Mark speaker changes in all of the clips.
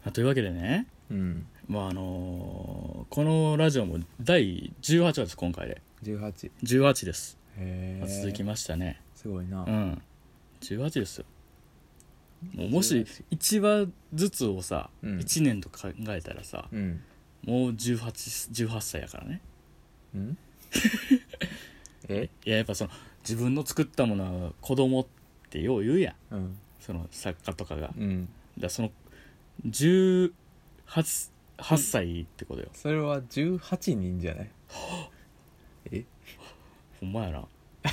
Speaker 1: というわけでね、このラジオも第18話です。今回で18です。続きましたね。
Speaker 2: すごいな。
Speaker 1: 18ですよ。もし1話ずつをさ、1年とか考えたらさ、もう18歳やからね。いや、やっぱその自分の作ったものは子供ってよう言うやん、その作家とかが、だその18歳ってことよ。
Speaker 2: それは18人じゃない？
Speaker 1: ほんまやな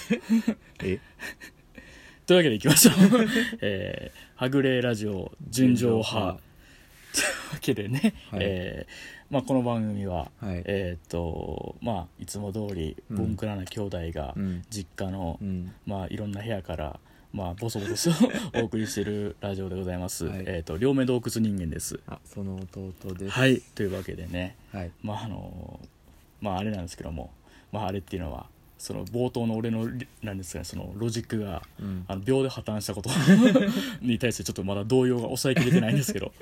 Speaker 1: というわけでいきましょうはぐれラジオ純情派というわけでね、この番組は、いつも通りボンクラな兄弟が実家の、いろんな部屋からボソボソお送りしているラジオでございます。両目洞窟人間です。
Speaker 2: その弟です。
Speaker 1: はい、というわけでね、あれなんですけども、あれっていうのはその冒頭の俺のなんですが、そのロジックが、秒で破綻したことに対してちょっとまだ動揺が抑えきれてないんですけど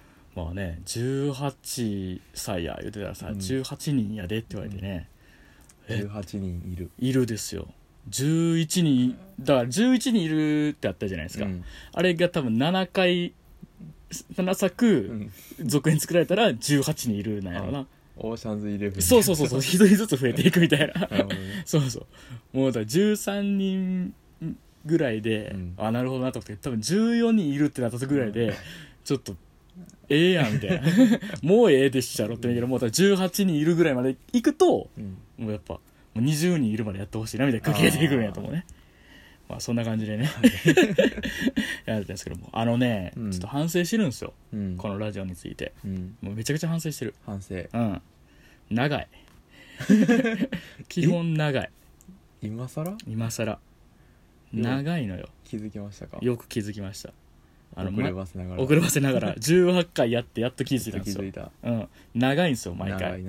Speaker 1: 18歳や言うてたらさ、18人やでって言われてね、
Speaker 2: 18人
Speaker 1: いるですよ。11人だから11人いるってあったじゃないですか、あれが多分7作、続編作られたら18人いるなんやろな。
Speaker 2: オーシャンズイレブン。
Speaker 1: そう一人ずつ増えていくみたいなもうだから13人ぐらいで、なるほどなと思って、多分14人いるってなったぐらいで、ちょっとやんみたいなもうでっしゃろって言うけど、もうだから18人いるぐらいまで行くと、もうやっぱもう20人いるまでやってほしいなみたいな駆けていくんやと思うね。そんな感じでねやるんですけども、ちょっと反省してるんですよ、このラジオについて、もうめちゃくちゃ反省してる。長い基本長い。今更長いのよ。
Speaker 2: 気づきましたか？
Speaker 1: よく気づきました。
Speaker 2: 遅ればせ
Speaker 1: ながら18回やってやっと気づいたんですよ。長いんですよ毎回。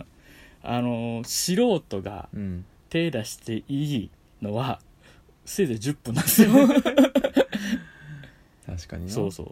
Speaker 1: 素人が手出していいのはせいぜい10分なんですよ
Speaker 2: 確かにな。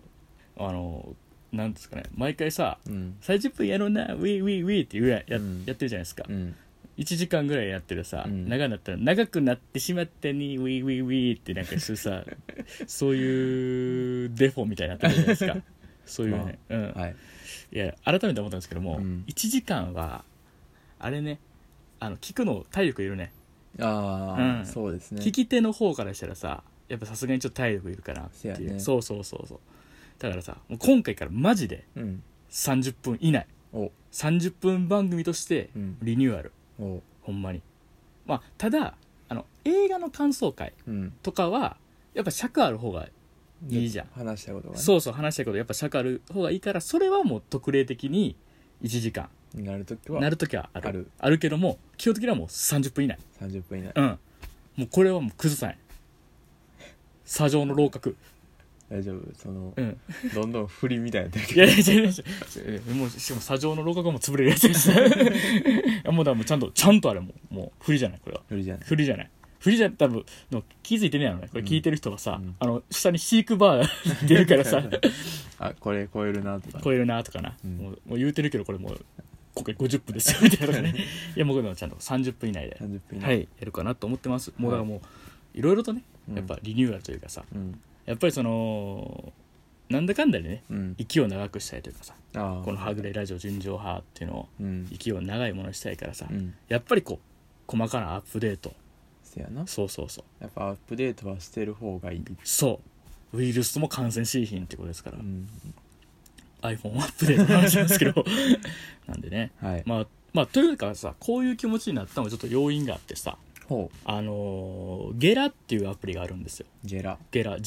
Speaker 1: なんですかね、毎回さ、30分やろうな、ウィーウィーウィーってやってるじゃないですか、1時間ぐらいやってるさ、長くなったら長くなってしまったにウィーウィーウィーってなんかさそういうデフォみたいになってるじゃないですかそういうね、いや改めて思ったんですけども、1時間はあれね、聞くの体力いるね。
Speaker 2: そうですね。
Speaker 1: 聞き手の方からしたらさ、やっぱさすがにちょっと体力いるかなっていう、そうだからさ、もう今回からマジで30分以内、30分番組としてリニューアル、ほんまに。ただ映画の感想会とかはやっぱ尺ある方がいいじゃん。
Speaker 2: 話したいことがね。
Speaker 1: 話したいことやっぱ尺ある方がいいから、それはもう特例的に1時間
Speaker 2: なるときは
Speaker 1: あるけども、基本的にはもう30分以内。もうこれはもう崩さない。砂上の楼閣。
Speaker 2: 大丈夫？どんどん振りみたいになって
Speaker 1: る。いやもうしかも砂上の楼閣も潰れるやつですもうだからもうちゃんとあれもう振りじゃない。これは振りじゃない多分の気づいてねえやろね。これ聞いてる人はさ、下に飼育バー出るからさ
Speaker 2: これ超えるなとか
Speaker 1: な、もう言うてるけど、これもう今回50分ですよみたいなねいやもうちゃんと30分以内でやるかなと思ってます。もうだからもういろいろとね、やっぱリニューアルというかさ、やっぱりそのなんだかんだでね、息を長くしたいというかさ、このはぐれラジオ純情派っていうのを、息を長いものにしたいからさ、やっぱりこう細かなアップデート、
Speaker 2: やっぱアップデートはしてる方がいい。
Speaker 1: ウイルスも感染しいひんってことですから、iPhone アップデートの話なんですけどなんでね、というかさ、こういう気持ちになったのもちょっと要因があってさ、ゲラっていうアプリがあるんですよ。ゲラ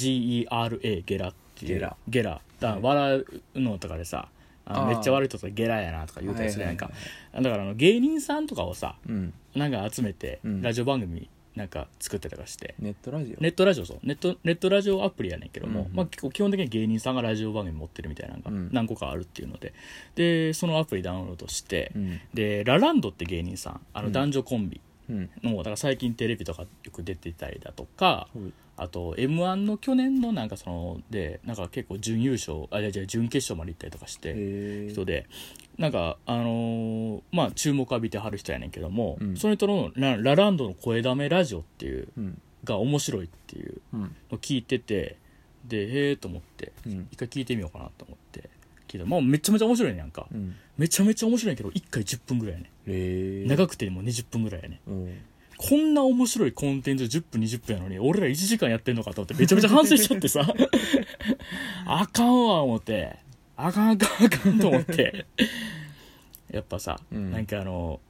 Speaker 1: GERA ゲラっていうゲラだ、笑うのとかでさ、めっちゃ悪い人とかゲラやなとか言うたりするやんか。だから芸人さんとかをさ、なんか集めてラジオ番組なんか作ってたかして、ネットラジオアプリやねんけども、結構基本的に芸人さんがラジオ番組持ってるみたいなのが何個かあるっていうので、そのアプリダウンロードして、でラランドって芸人さん、男女コンビのだから最近テレビとかよく出てたりだとか、
Speaker 2: はい、
Speaker 1: あと M1 の去年のなんかそのでなんか結構準優勝じゃあ準決勝まで行ったりとかして人でなんかまあ注目浴びてはる人やねんけども、その人のラランドの声だめラジオっていう、が面白いっていうのを聞いてて、でへえと思って、一回聞いてみようかなと思って聞いたら、まあ、めちゃめちゃ面白いねやんか、めちゃめちゃ面白いんやけど1回10分ぐらいやね、長くてもう20分ぐらいやね、こんな面白いコンテンツ10分20分やのに俺ら1時間やってんのかと思ってめちゃめちゃ反省しちゃってさあかんわ思って、あかんと思ってやっぱさ、なんか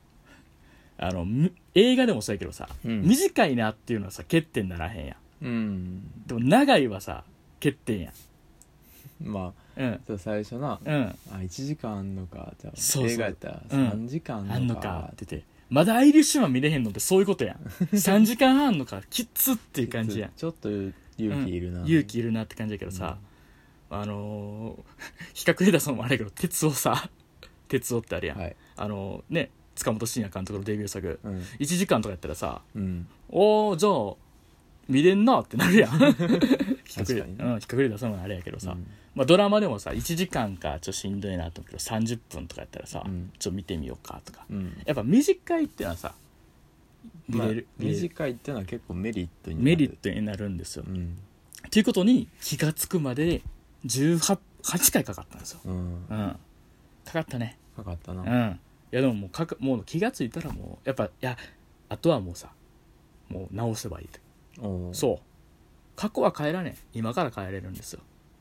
Speaker 1: 映画でもそうやけどさ、短いなっていうのはさ欠点ならへんやん、でも長いはさ欠点やん。
Speaker 2: まあ、最初な、1時間あんのか、じゃあ映画やったら3時間
Speaker 1: あんのかって言って、まだアイリッシュマン見れへんのってそういうことやん3時間半のかきつっていう感じやん。
Speaker 2: ちょっと勇気いるな、
Speaker 1: 勇気いるなって感じやけどさ、比較で出すのもあれやけど鉄夫ってあるやん、ね、塚本慎也監督のデビュー作、1時間とかやったらさ、おーじゃあ見れんなってなるやん比較で出すのもあれやけどさ、まあ、ドラマでもさ1時間かちょっとしんどいなと思うけど30分とかやったらさ、ちょっと見てみようかとか、やっぱ短いっていうのはさ見れる、
Speaker 2: 短いっていうのは結構メリット
Speaker 1: になるんですよ、っていうことに気がつくまで8回かかったんですよ、かかったね、
Speaker 2: かかったな、
Speaker 1: いやでももう気がついたらもうやっぱあとはもうさもう直せばいいと。そう過去は変えられん、今から変えれるんですよ。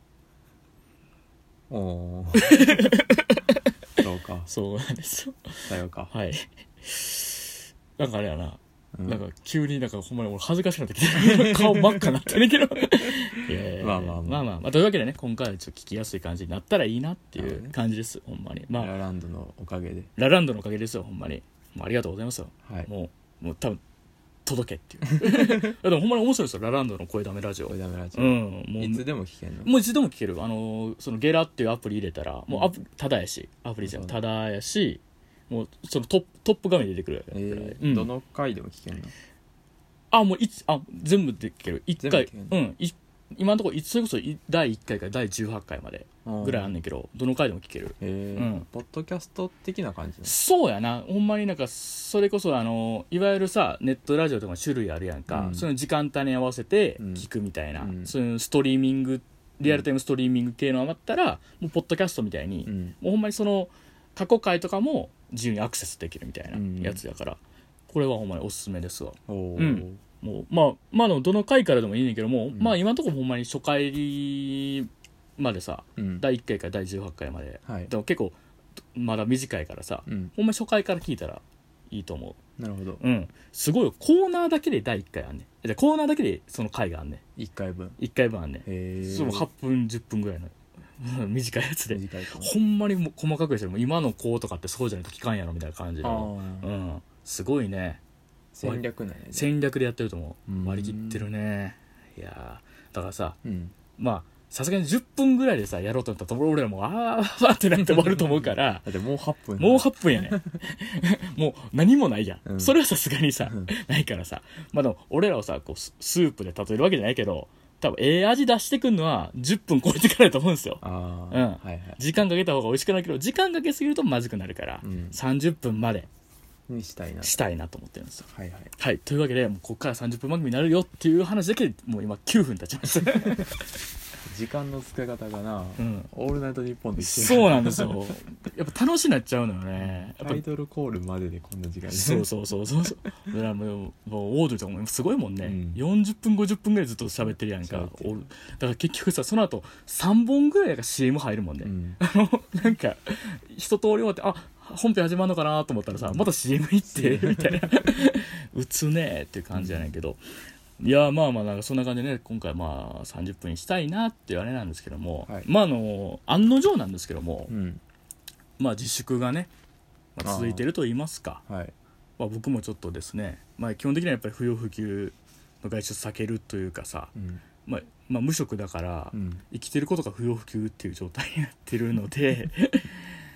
Speaker 2: そうか、
Speaker 1: そうなんですよ。
Speaker 2: さよか、
Speaker 1: はい。なんかあれやな、なんか急になんかほんまに俺恥ずかしくなってきて顔真っ赤になってるけどまあというわけでね、今回はちょっと聞きやすい感じになったらいいなっていう感じです、ほんまに。まあ
Speaker 2: ラランドのおかげで、
Speaker 1: ラランドのおかげですよ、ほんまに。もうありがとうございますよ、もう多分届けっていうでもほんまに面白いですよ、ラランドの声だめラジオ。
Speaker 2: もういつでも聞けるの？
Speaker 1: もういつでも聞ける。そのゲラっていうアプリ入れたらもうただやし、アプリじゃんただやし、もうそのトップ画面で出てくるぐらい、
Speaker 2: どの回でも聞ける
Speaker 1: の？もう全部で聞ける。1回今のところそれこそ第1回から第18回までぐらいあんねんけど、どの回でも聞ける。
Speaker 2: ポッドキャスト的な感じ？
Speaker 1: そうやな、ほんまになんかそれこそいわゆるさネットラジオとか種類あるやんか、その時間帯に合わせて聞くみたいな、そういうストリーミングリアルタイムストリーミング系のあったら、もうポッドキャストみたいに、もうほんまにその過去回とかも自由にアクセスできるみたいなやつやから、これはほんまにおすすめですわ。もうまあどの回からでもいいねんけども、まあ今のところほんまに初回までさ、第1回から第18回まで、でも結構まだ短いからさ、ほんま初回から聞いたらいいと思う。
Speaker 2: なるほど。
Speaker 1: すごいよ、コーナーだけで第1回あんねん。じゃコーナーだけでその回があんねん。
Speaker 2: 1回分
Speaker 1: あんねん。その8分10分ぐらいの短いやつで、ほんまにも細かくしてる。今の子とかってそうじゃないと聞かんやろみたいな感じで、すごいね。
Speaker 2: 戦略なんやね。
Speaker 1: 戦略でやってると思う。割り切ってるね。いやだからさ、まあさすがに10分ぐらいでさやろうと思ったら俺らもってなって終わると思うから
Speaker 2: だってもう8
Speaker 1: 分やねもう何もないやん、それはさすがにさ、ないからさ、まあでも俺らをさこうスープで例えるわけじゃないけど、多分味出してくんのは10分超えてからだと思うんですよ。時間かけた方が美味しくなるけど、時間かけすぎるとまずくなるから、30分まで
Speaker 2: にしたいな
Speaker 1: と思ってるんですよ。はい、というわけでもうここから30分番組になるよっていう話だけでもう今9分経ちました
Speaker 2: 時間の使い方がな、オールナイトニッポンで
Speaker 1: そうなんですよ。やっぱ楽しくなっちゃうのよね。
Speaker 2: タイトルコールまででこんな時間
Speaker 1: そうだからもうオードリーとかもすごいもんね、40分50分ぐらいずっと喋ってるやんか。だから結局さその後3本ぐらいが CM 入るもんね、なんか一通り終わって本編始まるのかなと思ったらさ、また CM 行ってみたいな打つねっていう感じじゃないけど、いやまあなんかそんな感じでね、今回まあ30分にしたいなっていうあれなんですけども、まあ案の定なんですけども、まあ自粛がね、続いてると言いますか、まあ僕もちょっとですね、まあ基本的にはやっぱり不要不急の外出避けるというかさ、まあ無職だから、生きてることが不要不急っていう状態になってるので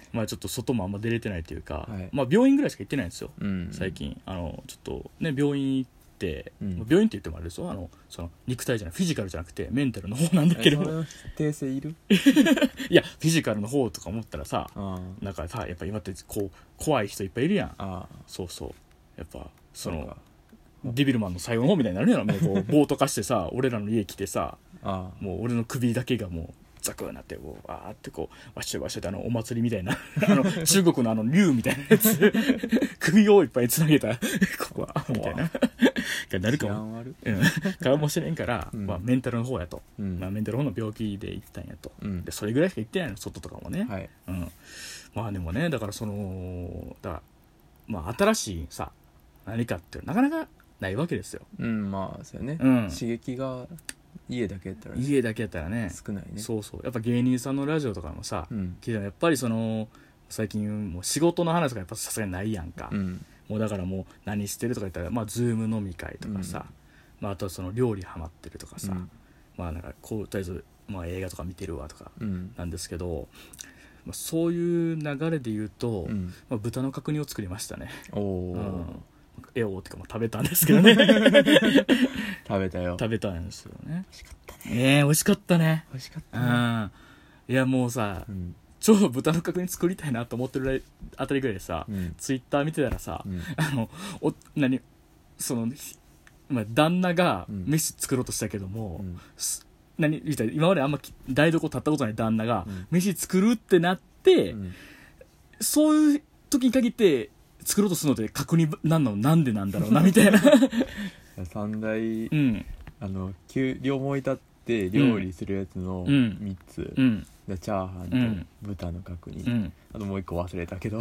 Speaker 1: まあちょっと外もあんま出れてないというか、はい、まあ病院ぐらいしか行ってないんですよ、
Speaker 2: うん、
Speaker 1: 最近ちょっとね病院行って、うん、病院って言ってもあれですよ、その肉体じゃないフィジカルじゃなくてメンタルの方なんだけど、
Speaker 2: 訂正いる
Speaker 1: いやフィジカルの方とか思ったらさ、なんかさやっぱ今ってこう怖い人いっぱいいるやん。そうそう、やっぱそのデビルマンの最後の方みたいになるやろ、もうこう暴徒化してさ俺らの家来てさもう俺の首だけがもうザクーなってこうあーってこうワシュワシュってお祭りみたいな中国の竜みたいなやつ首をいっぱいつなげたここはみたいながなるかも、かもしれんから、まあ、メンタルの方やと、まあ、メンタルの方の病気で行ったんやと、でそれぐらいしか行ってないの外とかもね、はい、まあでもねだからまあ新しいさ何かってなかなかないわけですよ。
Speaker 2: まあそうやね、刺激が家だけやったらね少ないね。
Speaker 1: そうそう、やっぱ芸人さんのラジオとかもさ、聞いたらやっぱり最近もう仕事の話とかやっぱさすがにないやんか、もうだからもう何してるとか言ったらまあズーム飲み会とかさ、まあ、あとその料理ハマってるとかさ、まあなんかこうとりあえずまあ映画とか見てるわとかなんですけど、まあ、そういう流れで言うと、まあ、豚の角煮を作りましたね。ってかも食べたんですけどね
Speaker 2: 食べ
Speaker 1: たんですよね。
Speaker 2: 美味しかったね。
Speaker 1: 美味しかったね。
Speaker 2: 美味しかったね。
Speaker 1: いやもうさ、超豚の角煮作りたいなと思ってるあたりぐらいでさ、ツイッター見てたらさ、まあ、旦那が飯作ろうとしたけども、今まであんま台所立ったことない旦那が飯作るってなって、そういう時に限って作ろうとするので角煮なんでなんだろうなみたいな
Speaker 2: 三大、両思い立って料理するやつの3つ、チャーハンと豚の角煮、あともう1個忘れたけど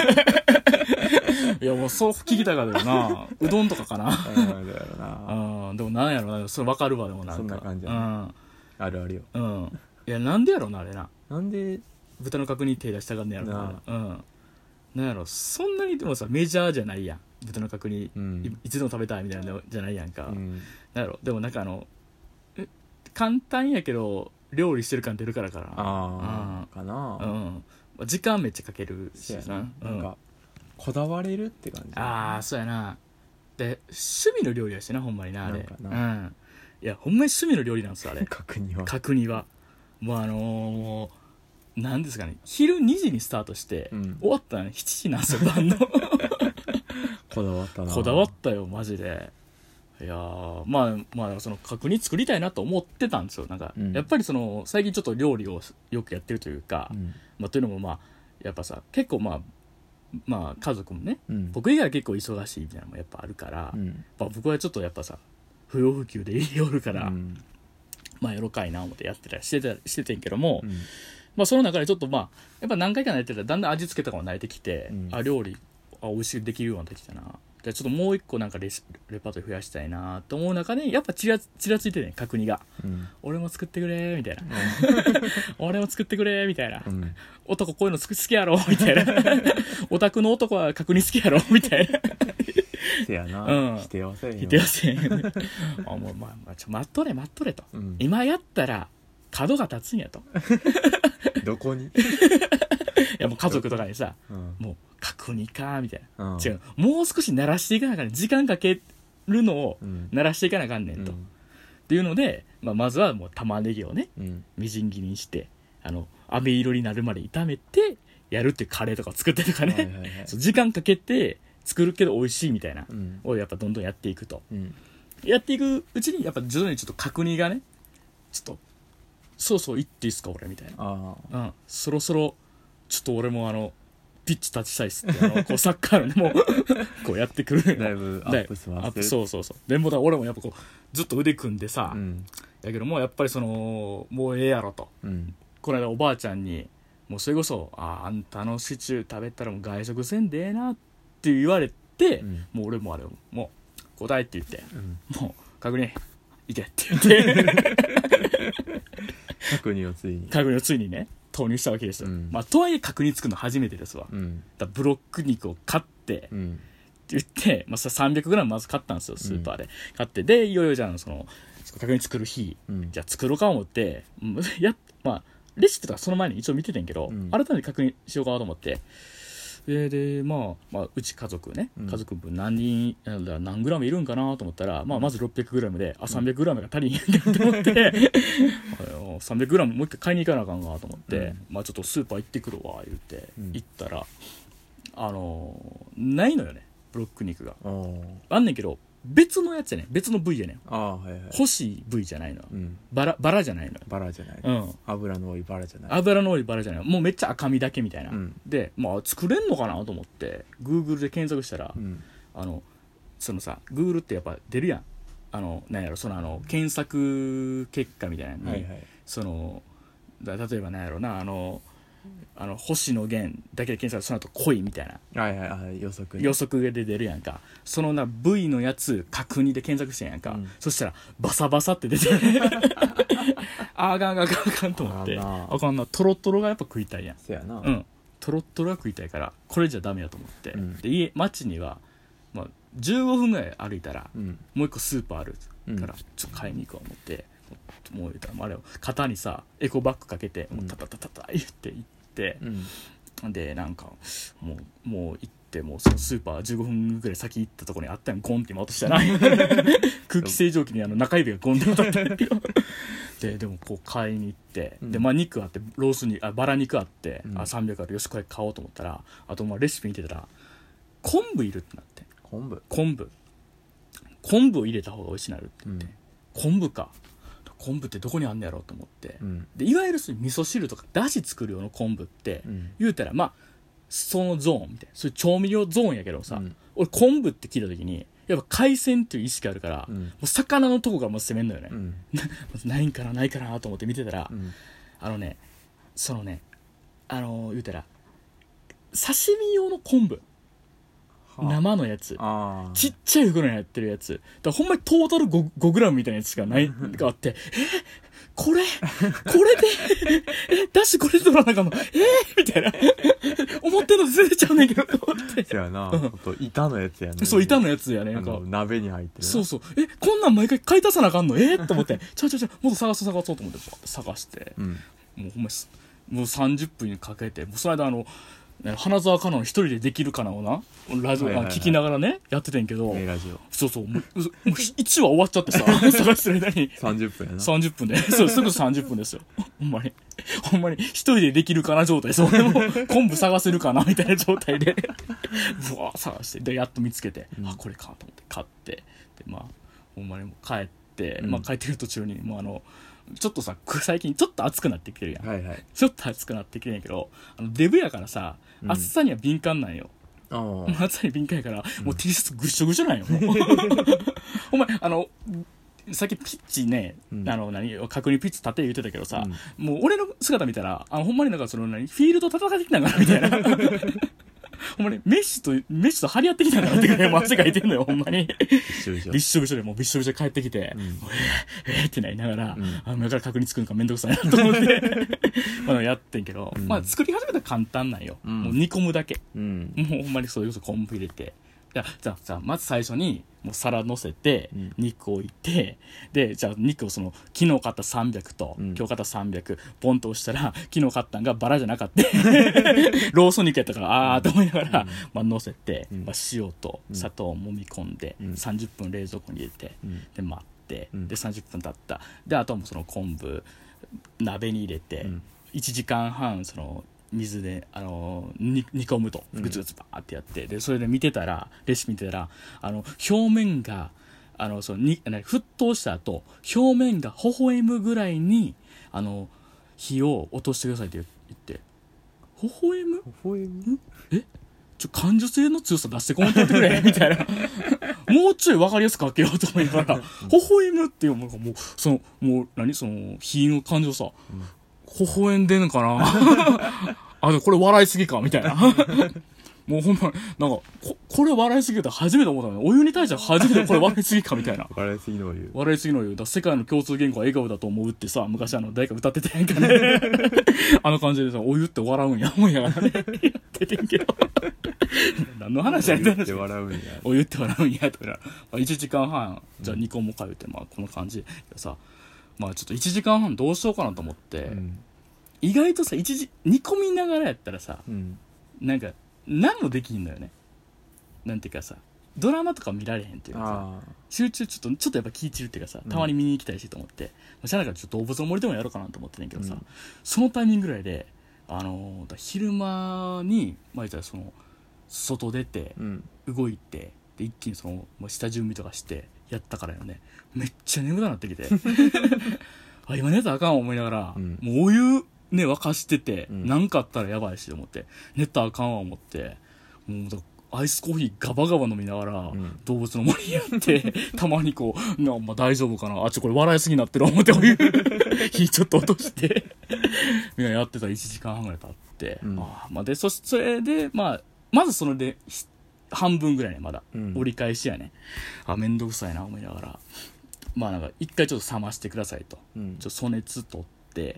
Speaker 1: いやもうそう聞きたかったよなうどんとかかなでもなんやろな、それ分かるわ。でもなんか
Speaker 2: そんな感じやな、あるあるよ。
Speaker 1: いやなんでやろなあれな、
Speaker 2: なんで
Speaker 1: 豚の角煮手出したがんねやろな。なんやろそんなにでもさメジャーじゃないやん豚の角煮、いつでも食べたいみたいなのじゃないやんか、なんやろでもなんか簡単やけど料理してる感出るからかな。
Speaker 2: かな、
Speaker 1: 時間めっちゃかけるし
Speaker 2: な、なんかこだわれるって感じ。
Speaker 1: そうやな。で趣味の料理やしなほんまになあれ。いやほんまに趣味の料理なんですよあれ角煮はもうなんですかね、昼2時にスタートして、終わったの7時なんですよ晩の
Speaker 2: こだわったな。
Speaker 1: こだわったよマジで。いやまあその角煮作りたいなと思ってたんですよ。なんか、やっぱり最近ちょっと料理をよくやってるというか、というのもまあやっぱさ結構まあ家族もね、僕以外は結構忙しいみたいなのもやっぱあるから、僕はちょっとやっぱさ不要不急でいい夜から、まあやろかいな思ってやってたりしててんけども、まあその中でちょっとやっぱ何回かやってたらだんだん味付けとかも慣れてきて、料理美味しくできるようになってきたな。じゃあちょっともう一個なんかレパートリー増やしたいなと思う中でやっぱちらついてね角煮が、俺も作ってくれみたいな、俺も作ってくれみたいな、男こういうの好きやろみたいなオタクの男は角煮好きやろみたいな
Speaker 2: せやな、否定はせ
Speaker 1: えへんもう待っとれと、今やったら角が立つんやと
Speaker 2: どこにい
Speaker 1: やもう家族とかにさ、もう角煮かみたいな、違うもう少し慣らしていかなあかんねん、時間かけるのを慣らしていかなあかんねんと、っていうので、まずはもう玉ねぎをね、みじん切りにして飴色になるまで炒めてやるっていうカレーとかを作ってとかね、時間かけて作るけど美味しいみたいな、をやっぱどんどんやっていくと、やっていくうちにやっぱ徐々にちょっと角煮がねちょっとそう行っていいっすか俺みたいな、そろそろちょっと俺もピッチ立ちたいっすってこうサッカーのねもうこうやってくる
Speaker 2: だいぶアップします。
Speaker 1: そうでも俺もやっぱこうずっと腕組んでさ、やけどもやっぱりもうええやろと、この間おばあちゃんにもうそれこそあんたのシチュー食べたらもう外食せんでええなって言われて、もう俺ももう答えって言って、もう角煮いけって言って
Speaker 2: 角煮をつ
Speaker 1: いにね投入したわけですよ、とはいえ角煮作るの初めてですわ、だブロック肉を買って、って言って、300g まず買ったんですよスーパーで、買ってでいよいよじゃあ角煮作る日、じゃあ作ろうか思ってレシピとかその前に一応見ててんけど、
Speaker 2: うん、
Speaker 1: 改めて確認しようかなと思って、でまあうち家族ね、家族分何グラムいるんかなと思ったら、まず600グラムで300グラムが足りんやんと思って300グラムもう一回買いに行かなあかんかと思って、ちょっとスーパー行ってくるわ言って、行ったらないのよね、ブロック肉があんねんけど、別のやつやねん、別の部位やねん。
Speaker 2: はいはい、
Speaker 1: 欲しい部位じゃないの、バラじゃないのよ。
Speaker 2: バラじゃない、油の多いバラじゃない、
Speaker 1: 油の多いバラじゃない、もうめっちゃ赤身だけみたいな、で作れんのかなと思って Google で検索したら、そのさ Google ってやっぱ出るやん、なんやろ、その検索結果みたいなのに、その例えばなんやろな、星野源だけで検索、その後恋みたいな、予測で出るやんか。そのな V のやつ角煮で検索してんやんか、そしたらバサバサって出てあかんと思って、あかんな、トロトロがやっぱ食いたいやん。
Speaker 2: そうやな、
Speaker 1: トロトロが食いたいからこれじゃダメやと思って、で町には、15分ぐらい歩いたら、もう一個スーパーあるから、ちょっと買いに行こう思って、もう言ったらあれを肩にさエコバッグかけて、もうタタタタタ言って行って、でなんかもう行って、もうそのスーパー15分ぐらい先行ったところにあったん、ゴンって今落としたら空気清浄機に中指がゴンって当たったんだけどでもこう買いに行って、で肉あって、ロースにバラ肉あって、300ある、よしこれ買おうと思ったら、あとレシピ見てたら昆布いるってなって、昆布を入れた方が美味しくなるって言って、昆布か、昆布ってどこにあんねやろうと思って、でいわゆる味噌汁とかだし作るような昆布って、言うたらそのゾーンみたいな、そういう調味料ゾーンやけどさ、俺昆布って聞いた時にやっぱ海鮮っていう意識あるから、もう魚のとこからもう攻めんのよね、ないんかなと思って見てたら、そのね言うたら刺身用の昆布、生のやつ、ちっちゃい袋に入ってるやつだから、ほんまにトータル 5グラムみたいなやつしかないがあって、これでだしこれで取らなあかんの、みたいな思ってんのずれちゃうねんけどと思って。
Speaker 2: そうやな、板のやつやね。
Speaker 1: そう、板のやつやね。
Speaker 2: 鍋に入ってる。
Speaker 1: そうそう、こんなん毎回買い足さなあかんのと思って、ちょもっと探そうと思って探して、もうほんまもう30分にかけて、もうその間花澤香菜の一人でできるかなをなラジオ聞きながらねやっててんけど、
Speaker 2: ラジオ
Speaker 1: そうもう1話終わっちゃってさ探してる間に
Speaker 2: 30分やな、
Speaker 1: 30分ですぐ30分ですよ。ほんまに一人でできるかな状態、俺も昆布探せるかなみたいな状態でぶわー探して、でやっと見つけて、これかと思って買って、でほんまにもう帰って、帰ってくる途中にもうちょっとさ最近ちょっと暑くなってきてるやん、ちょっと暑くなってきてるんやけど、デブやからさ暑さには敏感なんよ、暑さに敏感やから、もう T シャツぐっしょぐしょなんよお前さっきピッチね、角煮ピッチ立て言ってたけどさ、もう俺の姿見たらほんまにフィールド戦ってきたんかなみたいなほんまにメッシと張り合ってきたんかなってぐらい汗かいてんのよ、ほんまにびっしょびしょで、もうびっしょびしょ帰ってきて、ってなりながら、今から角煮作るのかめんどくさいなと思ってやってんけど、作り始めたら簡単なんよ、もう煮込むだけ、もうほんまにそれこそ昆布入れて、じゃあまず最初にもう皿乗せて肉置いて、でじゃあ肉を昨日買った300と今日買った300ポンと押したら、昨日買ったんがバラじゃなかったローソン肉やったからと思いながら、乗せて、塩と砂糖を揉み込んで、30分冷蔵庫に入れて、で待って、で30分経った、であとはもうその昆布鍋に入れて、1時間半水で煮込むと、グツグツバーってやって、でそれでレシピ見てたら表面が沸騰した後表面が微笑むぐらいに火を落としてくださいって言って、微笑む感受性の強さ出してこんとってくれみたいなもうちょい分かりやすく書けようと思いながら微笑むっていうもう火の感情さ、微笑んでんのかなでもこれ笑いすぎかみたいなもうほんまこれ笑いすぎだ初めて思ったのね。お湯に対しては初めてこれ笑いすぎかみたいな
Speaker 2: 笑いすぎのお湯
Speaker 1: 世界の共通言語は笑顔だと思うってさ、昔誰か歌ってたやんかね感じでさ、お湯って笑うんや思いながらねやっててんけど何の話やねん、お湯って笑うんやとか、1時間半じゃあ煮込もうか言うて、この感じでさ、ちょっと1時間半どうしようかなと思って、 意外とさ一時煮込みながらやったらさ、なんか何もできんのよね。なんていうかさドラマとか見られへんっていうかさ、集中ちょっとやっぱ気い散るっていうかさ、たまに見に行きたいしと思って、しゃあないからちょっと動物の森でもやろうかなと思ってんけどさ、そのタイミングぐらいで昼間に言ったらその外出て動いて、で一気にその下準備とかしてやったからよね、めっちゃ眠くなってきてあ今寝たらあかん思いながら、もうお湯ね沸かしてて、なんかあったらやばいしと思って寝たらあかんわ思って、もうアイスコーヒーガバガバ飲みながら、動物の森やってたまにこう大丈夫かな、これ笑いすぎになってる思ってお湯火ちょっと落としてみんなやってたら1時間半ぐらい経って、でそれでまずそれで半分ぐらいねまだ、折り返しやね、めんどくさいな思いながら、なんか一回ちょっと冷ましてくださいと、ちょっと粗熱取って、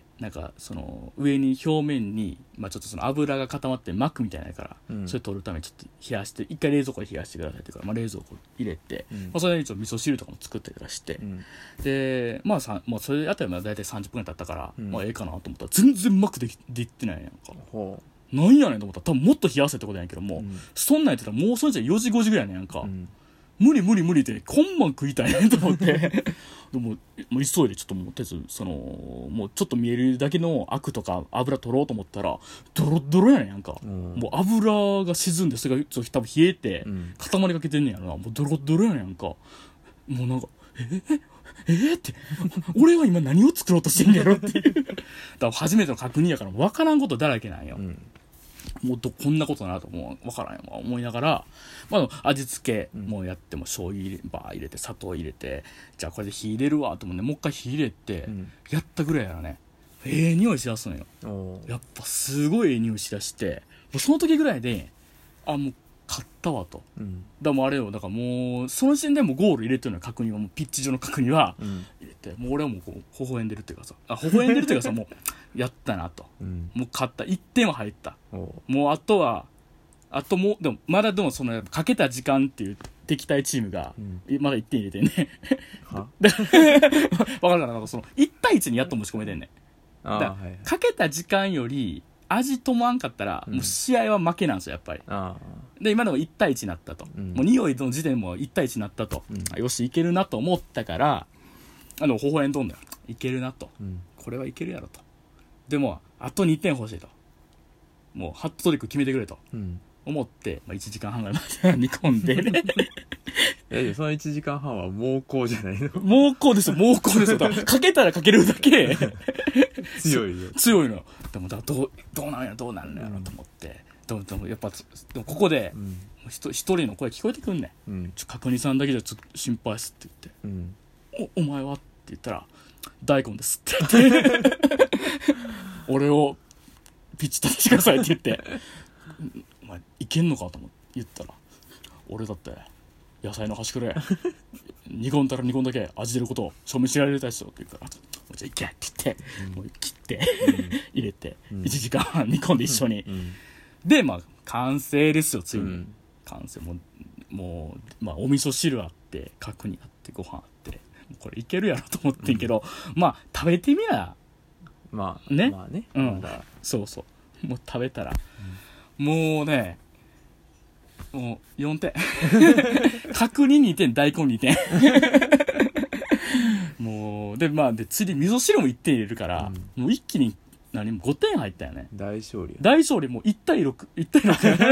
Speaker 1: なんかその上に表面に、ちょっとその油が固まって膜みたいなやから、それ取るためにちょっと冷やして、一回冷蔵庫で冷やしてくださいっていうから、冷蔵庫入れて、それでちょっと味噌汁とかも作ったりとかして、でそれあたりまで大体30分ぐらい経ったから、ええかなと思ったら全然膜でいってないやんか。なんやねんと思ったら多分もっと冷やせってことやんけども、そんなんやってたらもうそれじゃ4時5時ぐらいやねんやんか、無理って今晩食いたいねんと思ってでも急いでちょっともうもうちょっと見えるだけのアクとか油取ろうと思ったらドロッドロやねんやんか、もう油が沈んでそれが多分冷えて固まりかけてんねんやろな、もうドロッドロやねんやんか、もうなんかって俺は今何を作ろうとしてんねやろっていうだから初めての確認やから分からんことだらけなんよ、もうこんなことなともう分からんよ思いながら、味付けもやっても醤油入れて砂糖入れて、じゃあこれで火入れるわと思ってもう一回火入れて、やったぐらいやらね匂いしだすのよ。やっぱすごい匂いしだして、その時ぐらいでもう買ったわと、だからあれよ、だからもうその時点でもゴール入れてるの確認はもうピッチ上の確認は入れて、もう俺はもうこう微笑んでるっていうかさ、微笑んでるっていうかさもうやったなと、もう勝った、1点は入った、もうあともうでもまだでもそのかけた時間っていう敵対チームがまだ1点入れてんね分かるかな、その1対1にやっと持ち込めてんねん、だからかけた時間より味止まんかったらもう試合は負けなんですよやっぱり、で今でも1対1になったと、もう匂いの時点も1対1になったと、よしいけるなと思ったから微笑んどんだよ、いけるなと、これはいけるやろと、でもあと2点欲しいと、もうハットトリック決めてくれと、思って、1時間半ぐらいまで煮込んでね
Speaker 2: その1時間半は猛攻じゃないの？
Speaker 1: 猛攻ですよかけたらかけるだけ
Speaker 2: 強いよ
Speaker 1: 強いの。でもどうなんやろと思って、でもやっぱでもここで、一人の声聞こえてくんねん、確認さんだけじゃちょっと心配っすって言って、お前はって言ったら大根ですって言って俺をピッチ立ててくださいって言ってお前いけんのかと思って言ったら、俺だって野菜の端くれ煮込んだら煮込んだけ味出ることを証明してやれたでしょって言うから、じゃあいけって言って、もう切って入れて1時間半煮込んで一緒に、で完成ですよついに、完成もうお味噌汁あって角煮あってご飯あって、これいけるやろと思ってんけど、食べてみなね、そうもう食べたら、もうねもう4点角煮2点大根2点もうで次味噌汁も1点入れるから、もう一気に5点入ったよね。
Speaker 2: 大勝利
Speaker 1: もう1対6 1対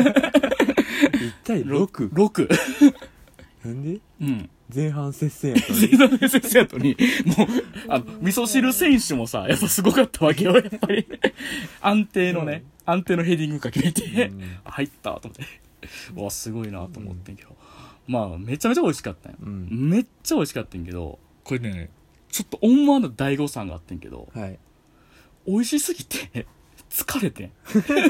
Speaker 2: 6なんで？前半接戦や
Speaker 1: ったのにもう味噌汁選手もさやっぱすごかったわけよやっぱり安定のヘディングかけて、入ったと思ってわすごいなと思ってんけど、めちゃめちゃ美味しかったよ、めっちゃ美味しかったんけど、これねちょっと思わぬ大誤算があってんけど、美味しすぎて疲れてん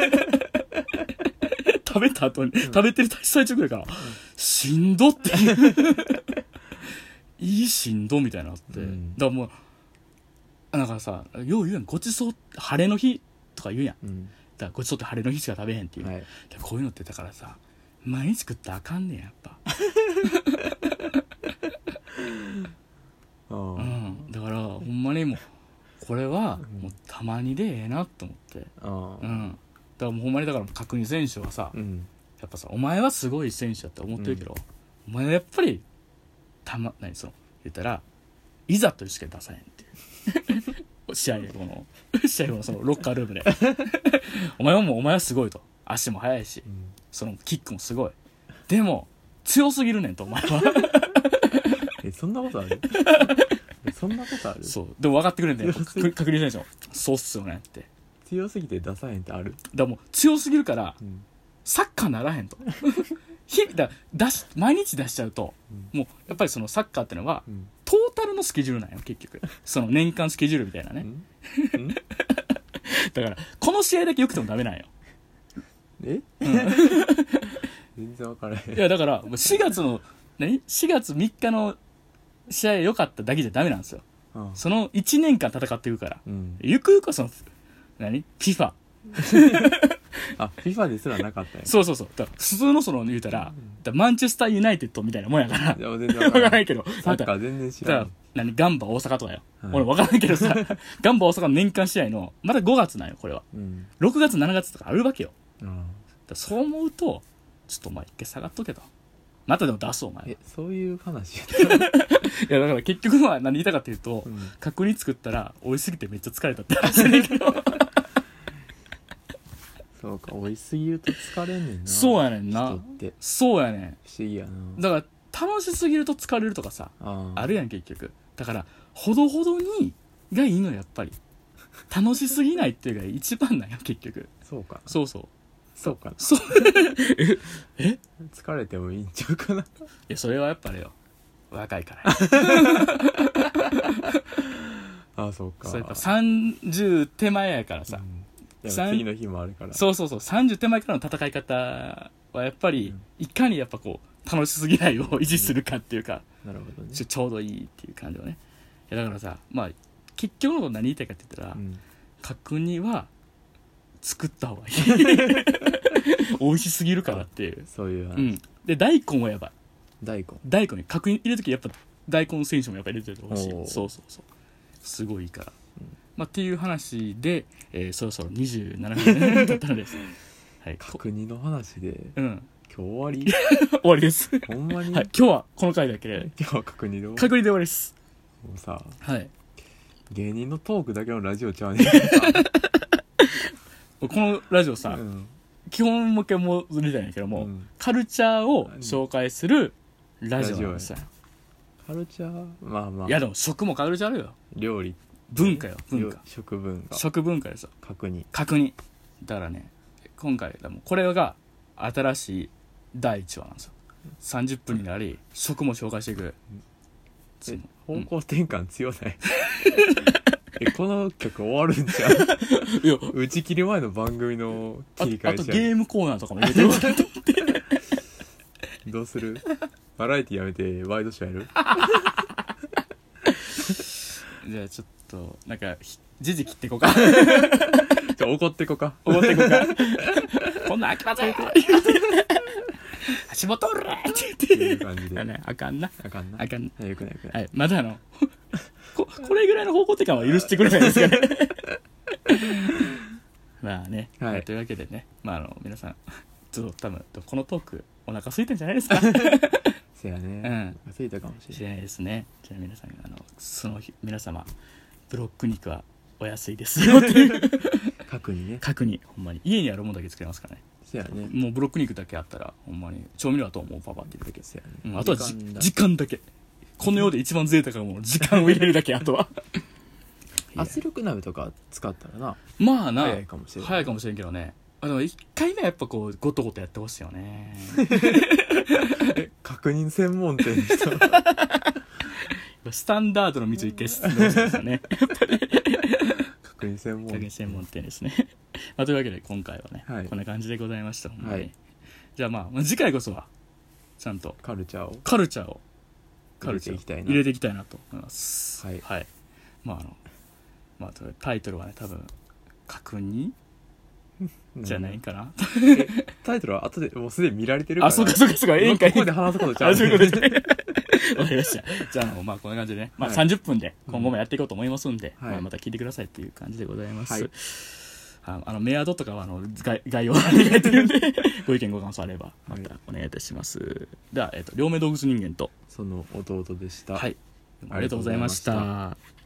Speaker 1: 食べた後に、食べてる最中くらいから、しんどっていういいしんどみたいなのあって、だからもうなんかさよう言うやん、ごちそう晴れの日とか言うやん、だからごちそうって晴れの日しか食べへんっていう、こういうのってだからさ毎日食ったらあかんねんやっぱだからほんまにもうこれはもうたまにでええなと思って。うん。だからもうほんまにだから角煮選手はさ、やっぱさ、お前はすごい選手だって思ってるけど、お前はやっぱり何その言ったらいざというしか出さへんっていう試合後のそのロッカールームでお前はすごいと、足も速いし、そのキックもすごい、でも強すぎるねんとお前は
Speaker 2: そんなことあるそんなことある。
Speaker 1: そうでも分かってくれんねん確認選手もそうっすよねって。
Speaker 2: 強すぎて出さへんってある。
Speaker 1: だからもう強すぎるから、サッカーならへんと毎日出しちゃうと、もうやっぱりそのサッカーってのは、トータルのスケジュールなんよ結局。その年間スケジュールみたいなねだからこの試合だけ良くてもダメなんよ。
Speaker 2: 全然分からへん。
Speaker 1: いやだから4月3日の試合良かっただけじゃダメなんですよ。その1年間戦っていくから、ゆくゆくはそのFIFA
Speaker 2: FIFA ですらなかったよ。
Speaker 1: そうだから普通のその言うたら、マンチェスターユナイテッドみたいなもんやから
Speaker 2: いや全然
Speaker 1: 分からないけど、
Speaker 2: サッカー全然知らん。
Speaker 1: ガンバ大阪とかよ、俺分からないけどさガンバ大阪の年間試合のまだ5月なんよこれは、6月7月とかあるわけよ。だそう思うとちょっとお前一回下がっとけと、またでも出すお前。
Speaker 2: そういう話い
Speaker 1: やだから結局は何言いたかっていうと、角煮作ったら美味しすぎてめっちゃ疲れたって話だけど
Speaker 2: そうか、美味しすぎると疲れんねんな。
Speaker 1: そうやねんな。
Speaker 2: 人って
Speaker 1: そうやねん。
Speaker 2: 不思議やな。
Speaker 1: だから楽しすぎると疲れるとかさ、あるやん結局。だからほどほどにがいいのやっぱり。楽しすぎないっていうのが一番なんや結局。
Speaker 2: そうか。
Speaker 1: そう
Speaker 2: かな。
Speaker 1: そう
Speaker 2: 疲れてもいいんちゃうかな。い
Speaker 1: やそれはやっぱりよ、若いから
Speaker 2: そうか。
Speaker 1: そうやっぱ30手前やからさ、
Speaker 2: 次の日もあるから。
Speaker 1: そう30手前からの戦い方はやっぱり、いかにやっぱこう楽しすぎないを維持するかっていうか、
Speaker 2: なるほどね、
Speaker 1: ちょうどいいっていう感じをね。いやだからさ、結局のこと何言いたいかって言ったら、角煮は作った方がいい美味しすぎるからっていう。
Speaker 2: そういう話、
Speaker 1: で大根はやばい。大根に角煮入れるときやっぱ大根選手もやっぱ入れててほしい。そうすごいいいから、っていう話で、そろそろ27分だったのです、
Speaker 2: はい、角煮の話で、今日終わり
Speaker 1: 終わりです
Speaker 2: ほんまに、
Speaker 1: はい、今日はこの回だけで
Speaker 2: 今日は角煮で
Speaker 1: 終わりです。
Speaker 2: もうさ、
Speaker 1: はい、
Speaker 2: 芸人のトークだけのラジオちゃうねん
Speaker 1: このラジオさ、基本もう一回戻りたいんだけども、カルチャーを紹介するラジオなんですよ。
Speaker 2: カルチャー
Speaker 1: いやでも食もカルチャーあるよ。
Speaker 2: 料理
Speaker 1: 文化
Speaker 2: 食
Speaker 1: 文化ですよ。
Speaker 2: 角煮
Speaker 1: だからね、今回これが新しい第1話なんですよ。30分になり食も紹介していく。
Speaker 2: 方向転換強ないこの曲終わるんじゃんいや打ち切り前の番組の切り替え
Speaker 1: あとゲームコーナーとかも入れてるかなと思って
Speaker 2: どうする？バラエティやめてワイドショーやる
Speaker 1: じゃあちょっとなんか時事切っていこうか
Speaker 2: じゃあ怒っていこうか
Speaker 1: こんなんあきませんって足元おるっていう感じであかんな
Speaker 2: よくない
Speaker 1: はい、まだこれぐらいの方向転換は許してくれないですかねまあね、はい、というわけでね、皆さんちょっと多分このトークお腹空いたんじゃないですか
Speaker 2: せやね、空いたかもしれない
Speaker 1: ですね。じゃあ皆さんその日皆様ブロック肉はお安いですよっていう
Speaker 2: 角
Speaker 1: 煮ほんまに家にあるものだけ作れますからね。
Speaker 2: せやね、
Speaker 1: もうブロック肉だけあったらほんまに調味料はともうパパって入れるだけ。
Speaker 2: せやね、
Speaker 1: あとは時間だけ。この世で一番贅沢なもの時間を入れるだけあとは
Speaker 2: 圧力鍋とか使ったら
Speaker 1: な
Speaker 2: 早いかもしれん
Speaker 1: けどね。でも1回目はやっぱこうゴトゴトやってほしいよね
Speaker 2: 確認専門店の人
Speaker 1: スタンダードの道を一回進んでほしいですよね
Speaker 2: 確認専門店
Speaker 1: ですねというわけで今回はね、こんな感じでございました。じゃあ次回こそはちゃんと
Speaker 2: カルチャーを
Speaker 1: 入れていきたいなと思います。はい。タイトルはね多分角煮じゃないかな。
Speaker 2: タイトルは後でもうすでに見られてるから。
Speaker 1: そうか。
Speaker 2: ここで話すことちゃう。
Speaker 1: わかりました。じゃあまあこんな感じでね、まあ、30分で今後もやっていこうと思いますんで、まあ、また聞いてくださいっていう感じでございます。メアドとかは概要欄に書いてるんでご意見ご感想あればまたお願いいたします。では、両目動物人間と
Speaker 2: その弟でした。
Speaker 1: はい、ありがとうございました。